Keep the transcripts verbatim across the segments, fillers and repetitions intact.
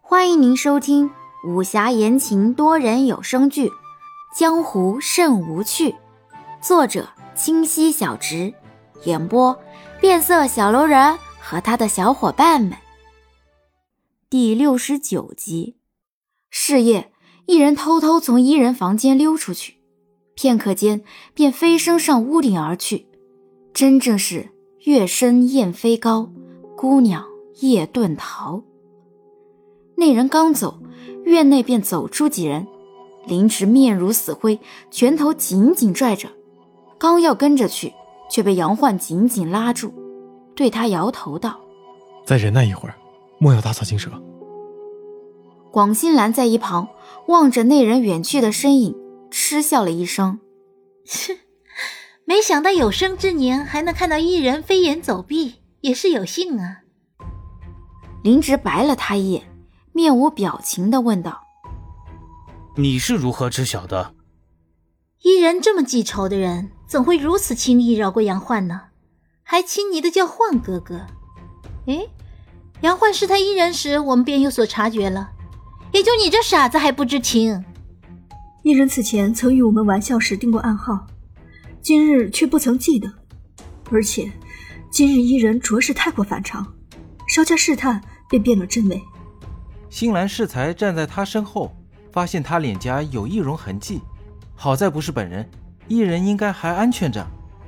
欢迎您收听武侠言情多人有声剧《江湖甚无趣》，作者清溪小直，演播变色小楼人和他的小伙伴们。第六十九集。是夜，一人偷偷从一人房间溜出去，片刻间便飞升上屋顶而去。真正是月深雁飞高，姑娘夜遁逃。那人刚走，院内便走出几人，林植面如死灰，拳头紧紧拽着，刚要跟着去，却被杨焕紧紧拉住，对他摇头道： 再忍耐一会儿，莫要打草惊蛇。 广新兰在一旁望着那人远去的身影，嗤笑了一声： 切，没想到有生之年还能看到一人飞檐走壁，也是有幸啊。 林植白了他一眼，面无表情地问道： 你是如何知晓的？ 一人这么记仇的人，怎会如此轻易绕过杨焕呢？还亲昵的叫焕哥哥。诶，杨焕试探一人时，我们便有所察觉了，也就你这傻子还不知情。 一人此前曾与我们玩笑时定过暗号，今日却不曾记得，而且今日一人着实太过反常，稍加试探便变了真伪。 新兰适才站在他身后，发现他脸颊有易容痕迹，好在不是本人，一人应该还安全着。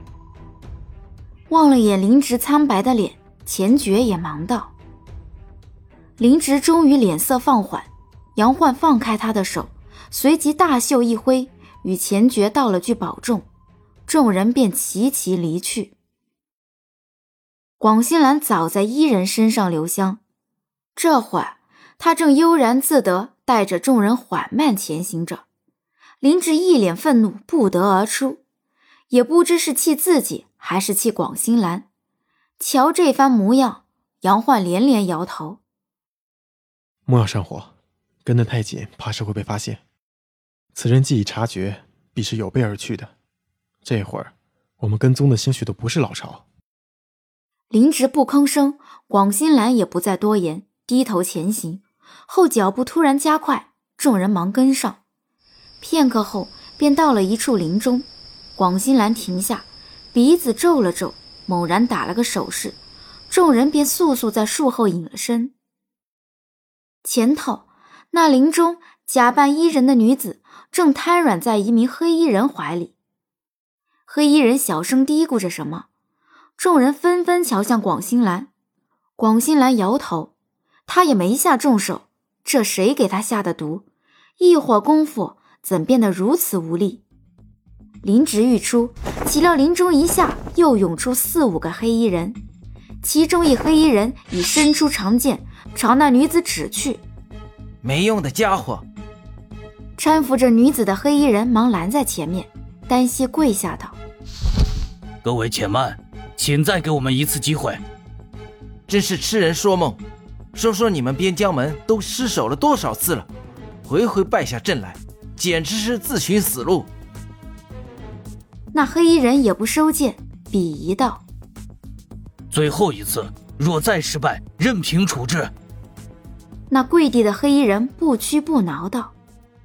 望了眼林植苍白的脸，钱觉也忙道。林植终于脸色放缓，杨焕放开他的手，随即大袖一挥，与钱觉道了句保重，众人便齐齐离去。广新兰早在伊人身上留香，这会儿他正悠然自得带着众人缓慢前行着。林植一脸愤怒不得而出，也不知是气自己还是气广新兰。瞧这番模样，杨焕连连摇头： 莫要上火，跟得太紧怕是会被发现。此人既已察觉，必是有备而去的。这会儿我们跟踪的兴许都不是老巢。 林植不吭声，广新兰也不再多言，低头前行，后脚步突然加快，众人忙跟上。片刻后便到了一处林中，广新兰停下，鼻子皱了皱，猛然打了个手势，众人便速速在树后隐了身。前头那林中假扮伊人的女子正瘫软在一名黑衣人怀里，黑衣人小声嘀咕着什么，众人纷纷瞧向广新兰。广新兰摇头，他也没下重手，这谁给他下的毒？一会儿功夫怎变得如此无力？林植欲出，岂料林中一下又涌出四五个黑衣人，其中一黑衣人已伸出长剑朝那女子指去。 没用的家伙！ 搀扶着女子的黑衣人忙拦在前面，单膝跪下道： 各位且慢，请再给我们一次机会。 真是痴人说梦，说说你们边疆门都失守了多少次了，回回败下阵来，简直是自寻死路。 那黑衣人也不收剑，鄙夷道： 最后一次，若再失败，任凭处置。 那跪地的黑衣人不屈不挠道。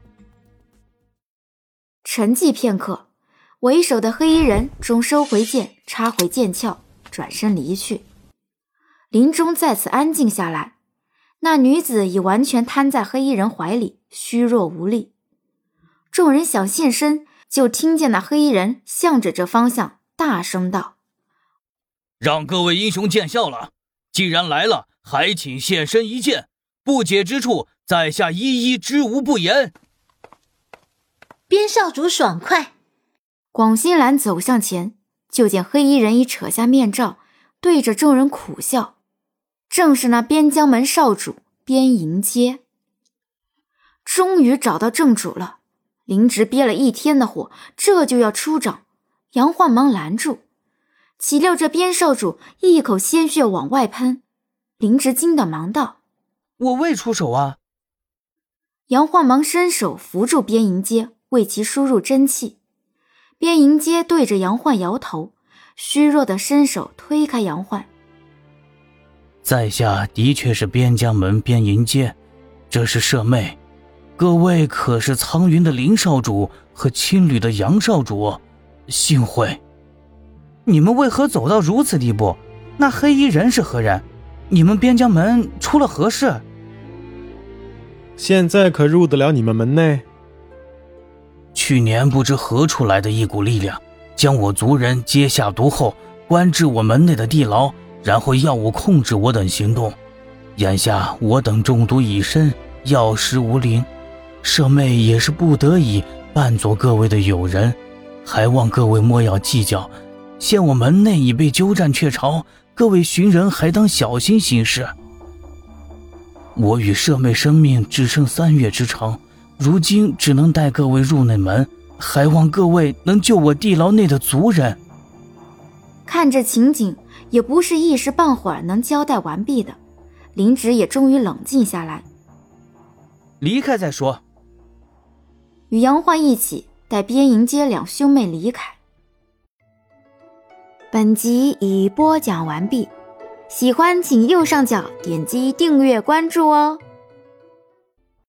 沉寂片刻，为首的黑衣人终收回剑，插回剑鞘，转身离去。林中再次安静下来，那女子已完全瘫在黑衣人怀里，虚弱无力。众人想现身，就听见那黑衣人向着这方向大声道： 让各位英雄见笑了，既然来了，还请现身一见，不解之处，在下一一知无不言。 边少主爽快。 广新兰走向前，就见黑衣人已扯下面罩，对着众人苦笑，正是那边疆门少主边迎接。终于找到正主了，林植憋了一天的火，这就要出掌，杨焕忙拦住，岂料这边少主一口鲜血往外喷，林植惊得忙道： 我未出手啊。 杨焕忙伸手扶住边迎接，为其输入真气。边迎接对着杨焕摇头，虚弱的伸手推开杨焕： 在下的确是边疆门边迎接， 这是舍妹，各位可是苍云的林少主和青旅的杨少主，幸会。你们为何走到如此地步？那黑衣人是何人？你们边疆门出了何事？ 现在可入得了你们门内？ 去年不知何处来的一股力量，将我族人阶下毒后，关至我门内的地牢，然后要我控制我等行动。眼下我等中毒已深，药石无灵，舍妹也是不得已扮作各位的友人，还望各位莫要计较。现我门内已被鸠占鹊巢，各位寻人还当小心行事。我与舍妹生命只剩三月之长，如今只能带各位入内门，还望各位能救我地牢内的族人。 看这情景，也不是一时半会儿能交代完毕的。林芷也终于冷静下来， 离开再说。 与杨焕一起带边迎接两兄妹离开。本集已播讲完毕，喜欢请右上角点击订阅关注哦。